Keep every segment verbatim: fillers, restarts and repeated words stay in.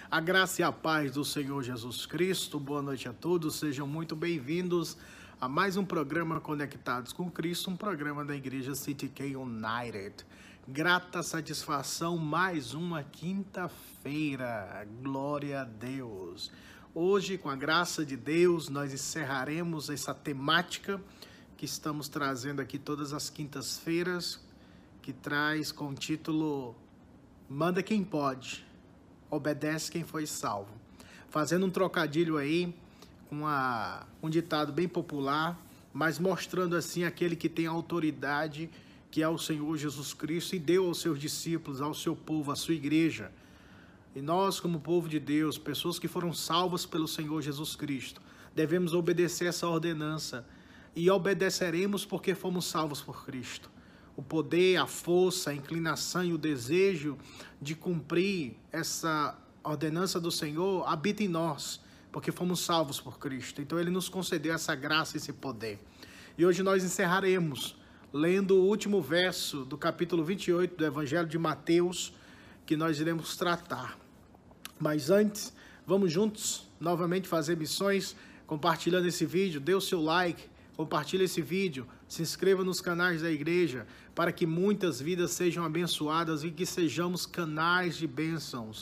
A graça e a paz do Senhor Jesus Cristo. Boa noite a todos, sejam muito bem-vindos a mais um programa Conectados com Cristo, um programa da Igreja City K United. Grata satisfação, mais uma quinta-feira, glória a Deus. Hoje, com a graça de Deus, nós encerraremos essa temática que estamos trazendo aqui todas as quintas-feiras, que traz com o título Manda Quem Pode, Obedece Quem Foi Salvo. Fazendo um trocadilho aí com a, um ditado bem popular, mas mostrando assim aquele que tem autoridade, que é o Senhor Jesus Cristo, e deu aos seus discípulos, ao seu povo, à sua igreja. E nós, como povo de Deus, pessoas que foram salvas pelo Senhor Jesus Cristo, devemos obedecer essa ordenança. E obedeceremos porque fomos salvos por Cristo. O poder, a força, a inclinação e o desejo de cumprir essa ordenança do Senhor habita em nós, porque fomos salvos por Cristo. Então Ele nos concedeu essa graça e esse poder. E hoje nós encerraremos lendo o último verso do capítulo vinte e oito do Evangelho de Mateus, que nós iremos tratar. Mas antes, vamos juntos novamente fazer missões, compartilhando esse vídeo. Dê o seu like, compartilhe esse vídeo, se inscreva nos canais da igreja, para que muitas vidas sejam abençoadas e que sejamos canais de bênçãos,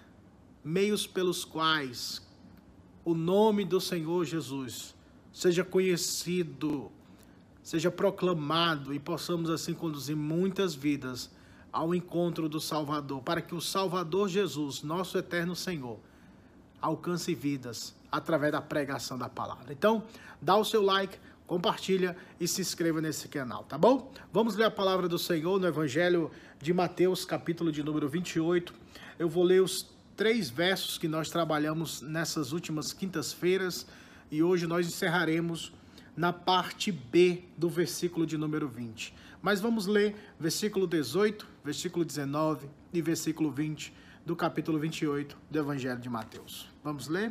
meios pelos quais o nome do Senhor Jesus seja conhecido, seja proclamado e possamos assim conduzir muitas vidas ao encontro do Salvador, para que o Salvador Jesus, nosso eterno Senhor, alcance vidas através da pregação da palavra. Então, dá o seu like, compartilha e se inscreva nesse canal, tá bom? Vamos ler a palavra do Senhor no Evangelho de Mateus, capítulo de número vinte e oito. Eu vou ler os três versos que nós trabalhamos nessas últimas quintas-feiras e hoje nós encerraremos na parte B do versículo de número vinte. Mas vamos ler versículo dezoito, versículo dezenove e versículo vinte do capítulo vinte e oito do Evangelho de Mateus. Vamos ler?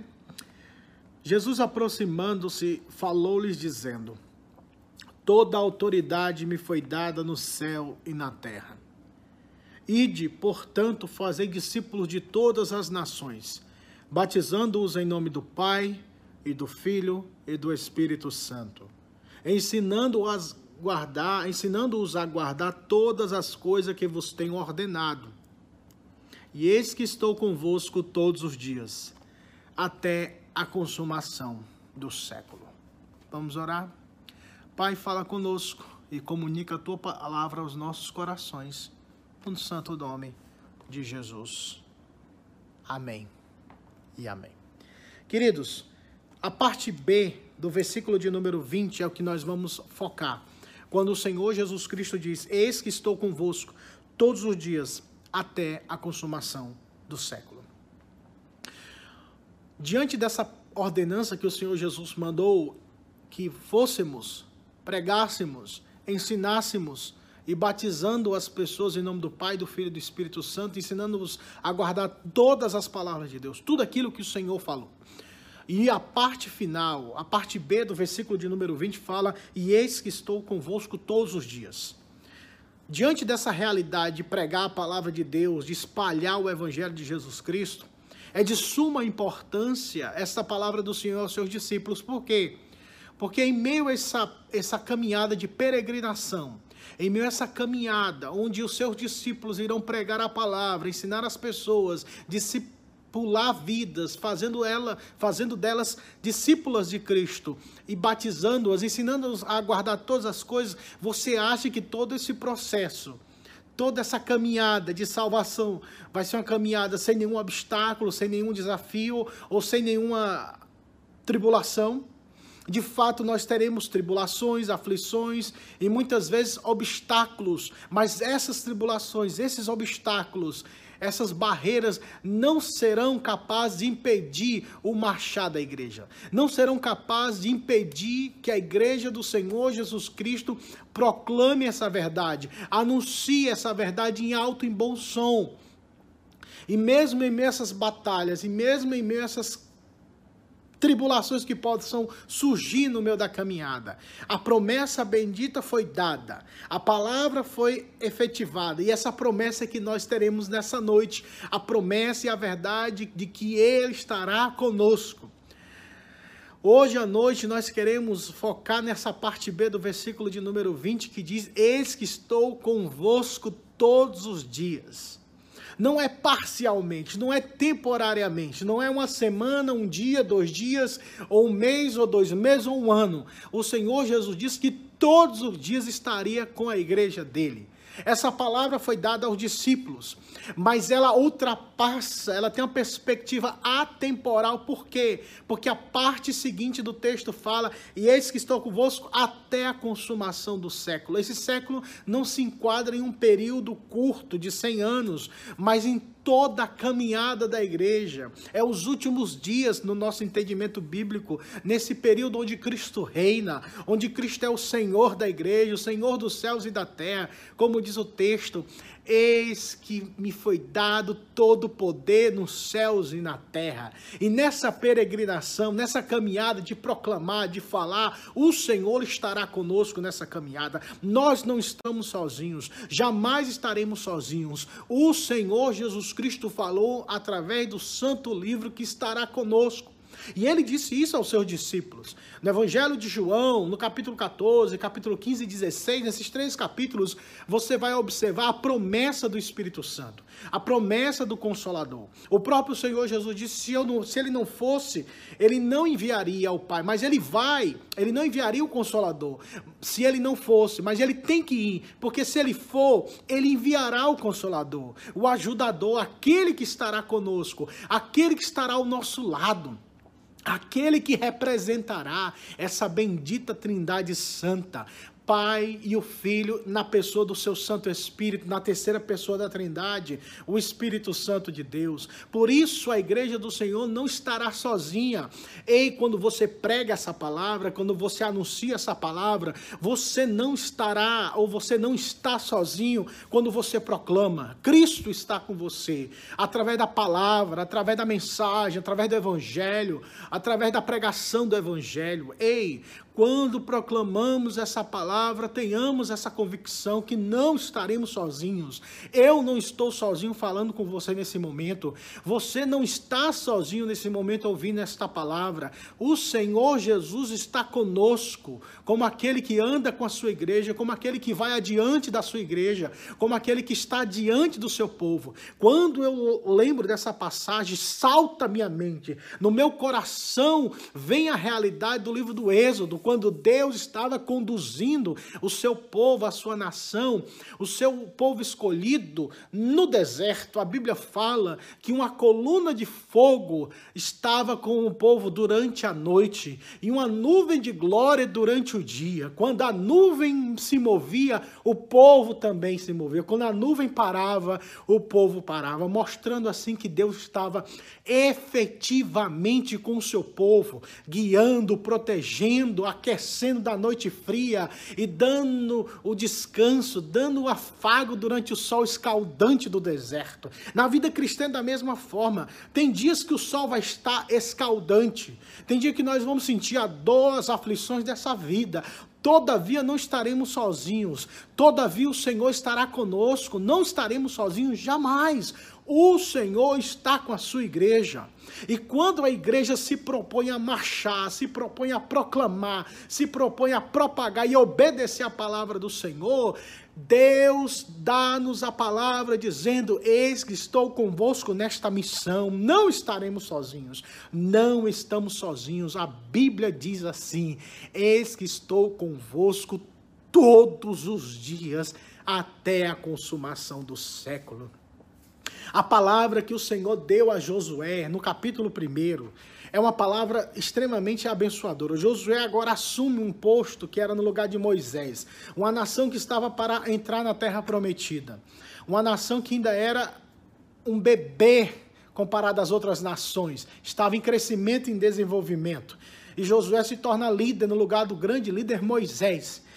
Jesus, aproximando-se, falou-lhes dizendo: Toda a autoridade me foi dada no céu e na terra. Ide, portanto, fazei discípulos de todas as nações, batizando-os em nome do Pai, e do Filho, e do Espírito Santo, ensinando-os a guardar, ensinando-os a guardar todas as coisas que vos tenho ordenado. E eis que estou convosco todos os dias, até a consumação do século. Vamos orar? Pai, fala conosco e comunica a tua palavra aos nossos corações, no santo nome de Jesus. Amém e amém. Queridos, a parte B do versículo de número vinte é o que nós vamos focar. Quando o Senhor Jesus Cristo diz: Eis que estou convosco todos os dias até a consumação do século. Diante dessa ordenança que o Senhor Jesus mandou que fôssemos, pregássemos, ensinássemos e batizando as pessoas em nome do Pai, do Filho e do Espírito Santo, ensinando-os a guardar todas as palavras de Deus, tudo aquilo que o Senhor falou. E a parte final, a parte B do versículo de número vinte fala: E eis que estou convosco todos os dias. Diante dessa realidade de pregar a palavra de Deus, de espalhar o Evangelho de Jesus Cristo, é de suma importância essa palavra do Senhor aos seus discípulos. Por quê? Porque em meio a essa, essa caminhada de peregrinação, em meio a essa caminhada onde os seus discípulos irão pregar a palavra, ensinar as pessoas, discipular vidas, fazendo, ela, fazendo delas discípulas de Cristo e batizando-as, ensinando-as a guardar todas as coisas, você acha que todo esse processo, toda essa caminhada de salvação vai ser uma caminhada sem nenhum obstáculo, sem nenhum desafio ou sem nenhuma tribulação? De fato, nós teremos tribulações, aflições e muitas vezes obstáculos, mas essas tribulações, esses obstáculos, essas barreiras não serão capazes de impedir o marchar da igreja. Não serão capazes de impedir que a igreja do Senhor Jesus Cristo proclame essa verdade, anuncie essa verdade em alto e bom som. E mesmo em meio a essas batalhas, e mesmo em meio a essas tribulações que possam surgir no meio da caminhada. A promessa bendita foi dada, a palavra foi efetivada, e essa promessa é que nós teremos nessa noite, a promessa e a verdade de que Ele estará conosco. Hoje à noite nós queremos focar nessa parte B do versículo de número vinte, que diz: eis que estou convosco todos os dias. Não é parcialmente, não é temporariamente, não é uma semana, um dia, dois dias, ou um mês, ou dois meses, ou um ano. O Senhor Jesus disse que todos os dias estaria com a igreja dele. Essa palavra foi dada aos discípulos, mas ela ultrapassa, ela tem uma perspectiva atemporal. Por quê? Porque a parte seguinte do texto fala: e eis que estou convosco até a consumação do século. Esse século não se enquadra em um período curto de cem anos, mas em toda a caminhada da igreja. É os últimos dias no nosso entendimento bíblico, nesse período onde Cristo reina, onde Cristo é o Senhor da igreja, o Senhor dos céus e da terra. Como diz o texto: eis que me foi dado todo o poder nos céus e na terra. E nessa peregrinação, nessa caminhada de proclamar, de falar, o Senhor estará conosco nessa caminhada. Nós não estamos sozinhos, jamais estaremos sozinhos. O Senhor Jesus Cristo falou através do santo livro que estará conosco. E ele disse isso aos seus discípulos. No Evangelho de João, no capítulo quatorze, capítulo quinze e dezesseis, nesses três capítulos, você vai observar a promessa do Espírito Santo, a promessa do Consolador. O próprio Senhor Jesus disse: se, eu não, se ele não fosse, ele não enviaria ao Pai, mas ele vai, ele não enviaria o Consolador, se ele não fosse, mas ele tem que ir, porque se ele for, ele enviará o Consolador, o ajudador, aquele que estará conosco, aquele que estará ao nosso lado. Aquele que representará essa bendita Trindade Santa, Pai e o Filho, na pessoa do seu Santo Espírito, na terceira pessoa da Trindade, o Espírito Santo de Deus. Por isso a igreja do Senhor não estará sozinha. E quando você prega essa palavra, quando você anuncia essa palavra, você não estará, ou você não está sozinho quando você proclama. Cristo está com você, através da palavra, através da mensagem, através do Evangelho, através da pregação do Evangelho. Ei, quando proclamamos essa palavra, tenhamos essa convicção que não estaremos sozinhos. Eu não estou sozinho falando com você nesse momento. Você não está sozinho nesse momento ouvindo esta palavra. O Senhor Jesus está conosco, como aquele que anda com a sua igreja, como aquele que vai adiante da sua igreja, como aquele que está diante do seu povo. Quando eu lembro dessa passagem, salta a minha mente. No meu coração vem a realidade do livro do Êxodo, quando Deus estava conduzindo o seu povo, a sua nação, o seu povo escolhido no deserto. A Bíblia fala que uma coluna de fogo estava com o povo durante a noite e uma nuvem de glória durante o dia. Quando a nuvem se movia, o povo também se movia. Quando a nuvem parava, o povo parava, mostrando assim que Deus estava efetivamente com o seu povo, guiando, protegendo, aquecendo da noite fria e dando o descanso, dando o afago durante o sol escaldante do deserto. Na vida cristã, da mesma forma, tem dias que o sol vai estar escaldante, tem dia que nós vamos sentir a dor, as aflições dessa vida. Todavia não estaremos sozinhos, todavia o Senhor estará conosco, não estaremos sozinhos jamais. O Senhor está com a sua igreja. E quando a igreja se propõe a marchar, se propõe a proclamar, se propõe a propagar e obedecer a palavra do Senhor, Deus dá-nos a palavra dizendo: eis que estou convosco nesta missão. Não estaremos sozinhos, não estamos sozinhos. A Bíblia diz assim: eis que estou convosco todos os dias até a consumação do século. A palavra que o Senhor deu a Josué no capítulo primeiro é uma palavra extremamente abençoadora. Josué agora assume um posto que era no lugar de Moisés, uma nação que estava para entrar na terra prometida, uma nação que ainda era um bebê comparado às outras nações, estava em crescimento e em desenvolvimento. E Josué se torna líder no lugar do grande líder Moisés.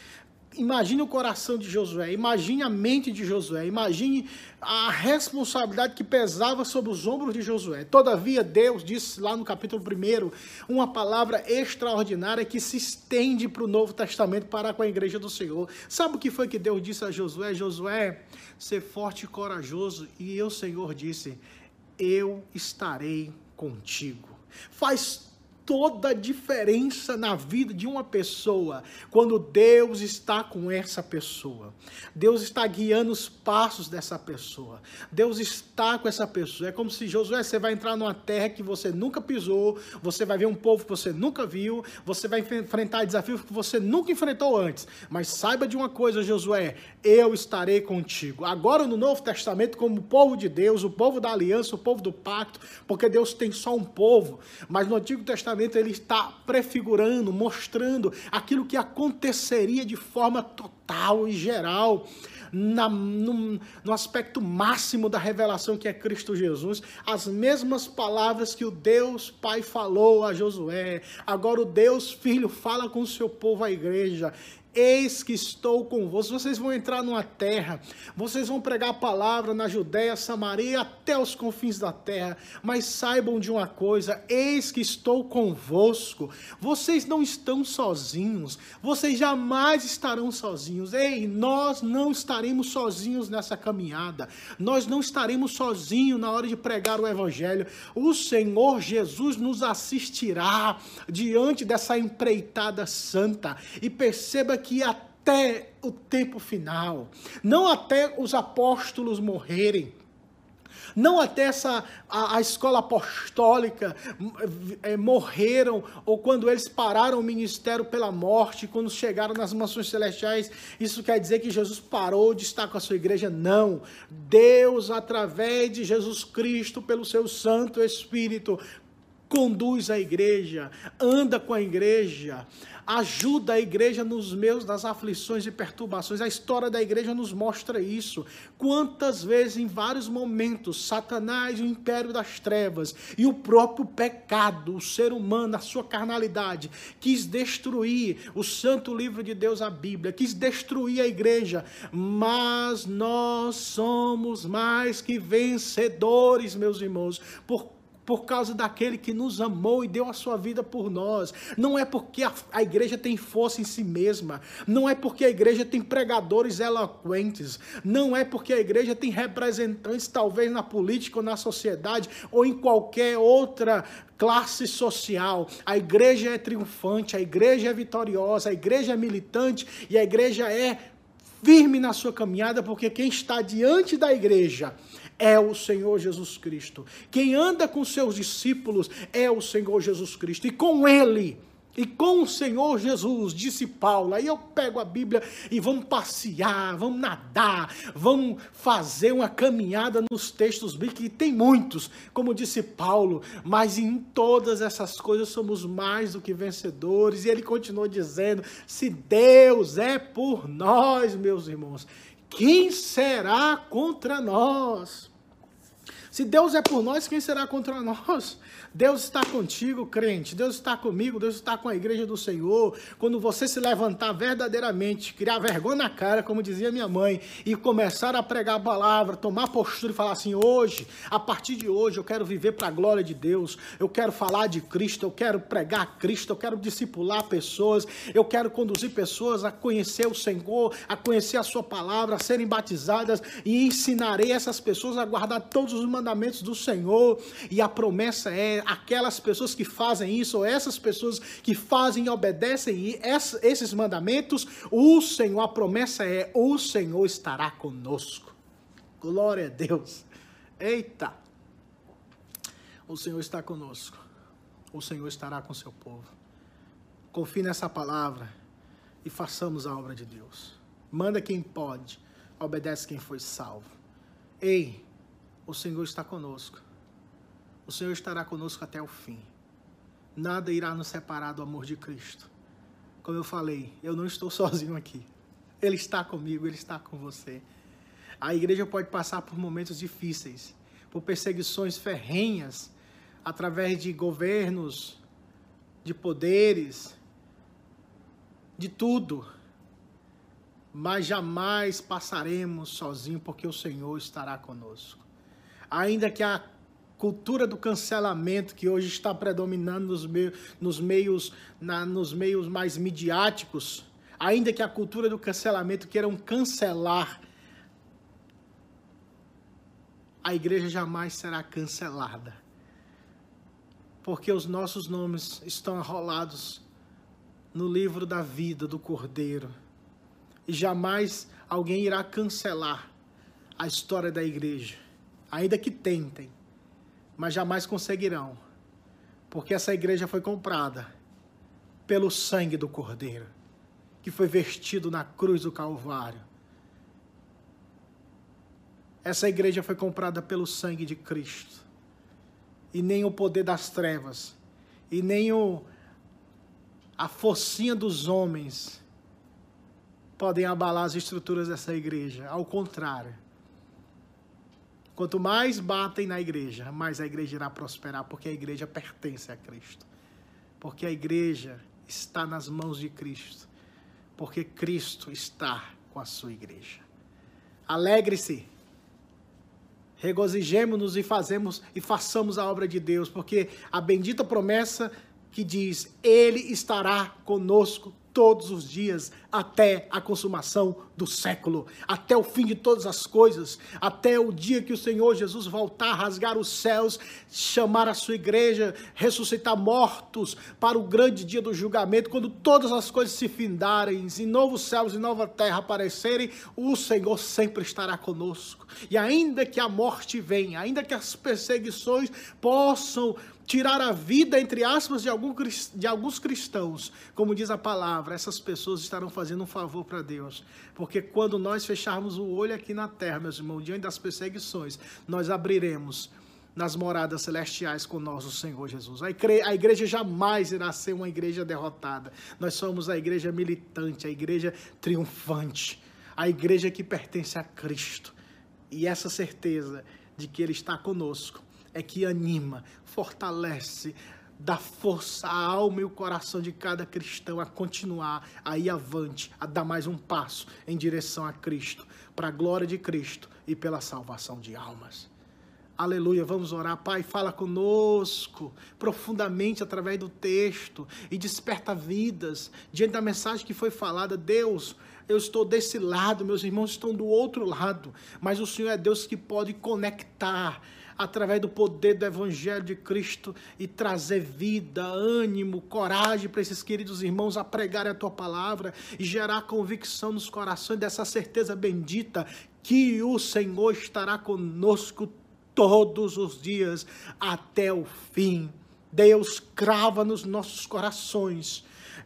Imagine o coração de Josué, imagine a mente de Josué, imagine a responsabilidade que pesava sobre os ombros de Josué. Todavia, Deus disse lá no capítulo primeiro uma palavra extraordinária que se estende para o Novo Testamento para com a igreja do Senhor. Sabe o que foi que Deus disse a Josué? Josué, ser forte e corajoso. E eu, Senhor, disse, eu estarei contigo. Faz toda a diferença na vida de uma pessoa quando Deus está com essa pessoa. Deus está guiando os passos dessa pessoa. Deus está com essa pessoa. É como se, Josué, você vai entrar numa terra que você nunca pisou, você vai ver um povo que você nunca viu, você vai enfrentar desafios que você nunca enfrentou antes. Mas saiba de uma coisa, Josué, eu estarei contigo. Agora no Novo Testamento, como o povo de Deus, o povo da aliança, o povo do pacto, porque Deus tem só um povo, mas no Antigo Testamento ele está prefigurando, mostrando aquilo que aconteceria de forma total e geral, na, no, no aspecto máximo da revelação que é Cristo Jesus. As mesmas palavras que o Deus Pai falou a Josué, agora o Deus Filho fala com o seu povo, a igreja. Eis que estou convosco. Vocês vão entrar numa terra, vocês vão pregar a palavra na Judéia, Samaria, até os confins da terra, mas saibam de uma coisa, eis que estou convosco. Vocês não estão sozinhos, vocês jamais estarão sozinhos. Ei, nós não estaremos sozinhos nessa caminhada, nós não estaremos sozinhos na hora de pregar o evangelho. O Senhor Jesus nos assistirá diante dessa empreitada santa, e perceba que que até o tempo final, não até os apóstolos morrerem, não até essa, a, a escola apostólica é, morreram, ou quando eles pararam o ministério pela morte, quando chegaram nas mansões celestiais, isso quer dizer que Jesus parou de estar com a sua igreja? Não. Deus, através de Jesus Cristo, pelo seu Santo Espírito, conduz a igreja, anda com a igreja, ajuda a igreja nos meus, nas aflições e perturbações. A história da igreja nos mostra isso. Quantas vezes, em vários momentos, Satanás, o império das trevas e o próprio pecado, o ser humano, a sua carnalidade, quis destruir o santo livro de Deus, a Bíblia, quis destruir a igreja, mas nós somos mais que vencedores, meus irmãos, por por causa daquele que nos amou e deu a sua vida por nós. Não é porque a, a igreja tem força em si mesma, não é porque a igreja tem pregadores eloquentes, não é porque a igreja tem representantes talvez na política ou na sociedade ou em qualquer outra classe social. A igreja é triunfante, a igreja é vitoriosa, a igreja é militante e a igreja é firme na sua caminhada, porque quem está diante da igreja é o Senhor Jesus Cristo. Quem anda com seus discípulos é o Senhor Jesus Cristo. E com Ele, e com o Senhor Jesus, disse Paulo, aí eu pego a Bíblia e vamos passear, vamos nadar, vamos fazer uma caminhada nos textos bíblicos, que tem muitos, como disse Paulo, mas em todas essas coisas somos mais do que vencedores. E ele continuou dizendo, se Deus é por nós, meus irmãos, quem será contra nós? Se Deus é por nós, quem será contra nós? Deus está contigo, crente. Deus está comigo, Deus está com a igreja do Senhor. Quando você se levantar verdadeiramente, criar vergonha na cara, como dizia minha mãe, e começar a pregar a palavra, tomar postura e falar assim, hoje, a partir de hoje, eu quero viver para a glória de Deus, eu quero falar de Cristo, eu quero pregar Cristo, eu quero discipular pessoas, eu quero conduzir pessoas a conhecer o Senhor, a conhecer a sua palavra, a serem batizadas, e ensinarei essas pessoas a guardar todos os mandamentos do Senhor. E a promessa é, aquelas pessoas que fazem isso, ou essas pessoas que fazem e obedecem esses mandamentos, o Senhor, a promessa é, o Senhor estará conosco. Glória a Deus. Eita! O Senhor está conosco. O Senhor estará com seu povo. Confie nessa palavra e façamos a obra de Deus. Manda quem pode, obedece quem foi salvo. Ei, o Senhor está conosco. O Senhor estará conosco até o fim. Nada irá nos separar do amor de Cristo. Como eu falei, eu não estou sozinho aqui. Ele está comigo, Ele está com você. A igreja pode passar por momentos difíceis, por perseguições ferrenhas, através de governos, de poderes, de tudo. mas jamais passaremos sozinhos, porque o Senhor estará conosco. Ainda que a cultura do cancelamento que hoje está predominando nos meios, nos meios, na, nos meios mais midiáticos, ainda que a cultura do cancelamento queiram cancelar, a igreja jamais será cancelada, porque os nossos nomes estão arrolados no livro da vida do Cordeiro, e jamais alguém irá cancelar a história da igreja, ainda que tentem, mas jamais conseguirão, porque essa igreja foi comprada pelo sangue do Cordeiro, que foi vertido na cruz do Calvário. Essa igreja foi comprada pelo sangue de Cristo, e nem o poder das trevas, e nem o, a forcinha dos homens podem abalar as estruturas dessa igreja. Ao contrário, quanto mais batem na igreja, mais a igreja irá prosperar, porque a igreja pertence a Cristo. Porque a igreja está nas mãos de Cristo. Porque Cristo está com a sua igreja. Alegre-se. Regozijemo-nos e fazemos e façamos a obra de Deus, porque a bendita promessa que diz: Ele estará conosco todos os dias, até a consumação do século, até o fim de todas as coisas, até o dia que o Senhor Jesus voltar, rasgar os céus, chamar a sua igreja, ressuscitar mortos para o grande dia do julgamento, quando todas as coisas se findarem, e novos céus e nova terra aparecerem, o Senhor sempre estará conosco. E ainda que a morte venha, ainda que as perseguições possam tirar a vida, entre aspas, de, algum, de alguns cristãos, como diz a palavra, essas pessoas estarão fazendo um favor para Deus, porque quando nós fecharmos o olho aqui na terra, meus irmãos, diante das perseguições, nós abriremos nas moradas celestiais com nosso Senhor Jesus. A igreja jamais irá ser uma igreja derrotada. Nós somos a igreja militante, a igreja triunfante, a igreja que pertence a Cristo. E essa certeza de que Ele está conosco é que anima, fortalece, dá força à alma e o coração de cada cristão a continuar, a ir avante, a dar mais um passo em direção a Cristo, para a glória de Cristo e pela salvação de almas. Aleluia, vamos orar. Pai, fala conosco profundamente através do texto e desperta vidas diante da mensagem que foi falada. Deus, eu estou desse lado, meus irmãos estão do outro lado, mas o Senhor é Deus que pode conectar através do poder do Evangelho de Cristo e trazer vida, ânimo, coragem para esses queridos irmãos a pregarem a Tua palavra e gerar convicção nos corações dessa certeza bendita que o Senhor estará conosco todos os dias até o fim. Deus, crava nos nossos corações,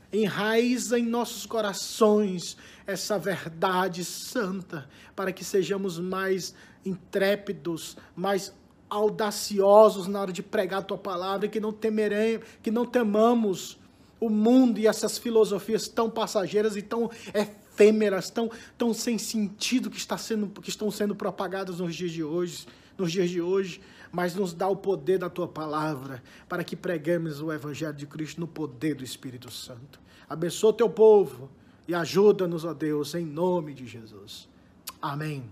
enraiza em nossos corações essa verdade santa, para que sejamos mais intrépidos, mais audaciosos na hora de pregar a Tua palavra, e que não temeremos, que não temamos o mundo e essas filosofias tão passageiras e tão efêmeras, tão, tão sem sentido que, está sendo, que estão sendo propagadas nos dias de hoje, nos dias de hoje, mas nos dá o poder da Tua palavra, para que preguemos o Evangelho de Cristo no poder do Espírito Santo. Abençoa o Teu povo e ajuda-nos, ó Deus, em nome de Jesus. Amém.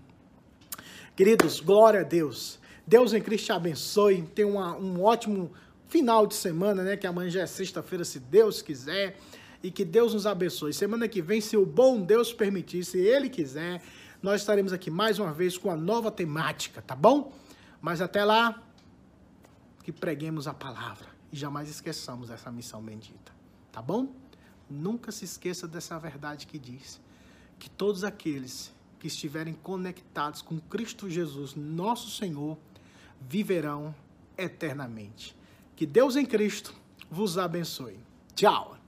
Queridos, glória a Deus. Deus em Cristo te abençoe, tenha uma, um ótimo final de semana, né? Que amanhã já é sexta-feira, se Deus quiser, e que Deus nos abençoe. Semana que vem, se o bom Deus permitir, se Ele quiser, nós estaremos aqui mais uma vez com a nova temática, tá bom? Mas até lá, que preguemos a palavra e jamais esqueçamos essa missão bendita, tá bom? Nunca se esqueça dessa verdade que diz que todos aqueles que estiverem conectados com Cristo Jesus, nosso Senhor, viverão eternamente. Que Deus em Cristo vos abençoe. Tchau!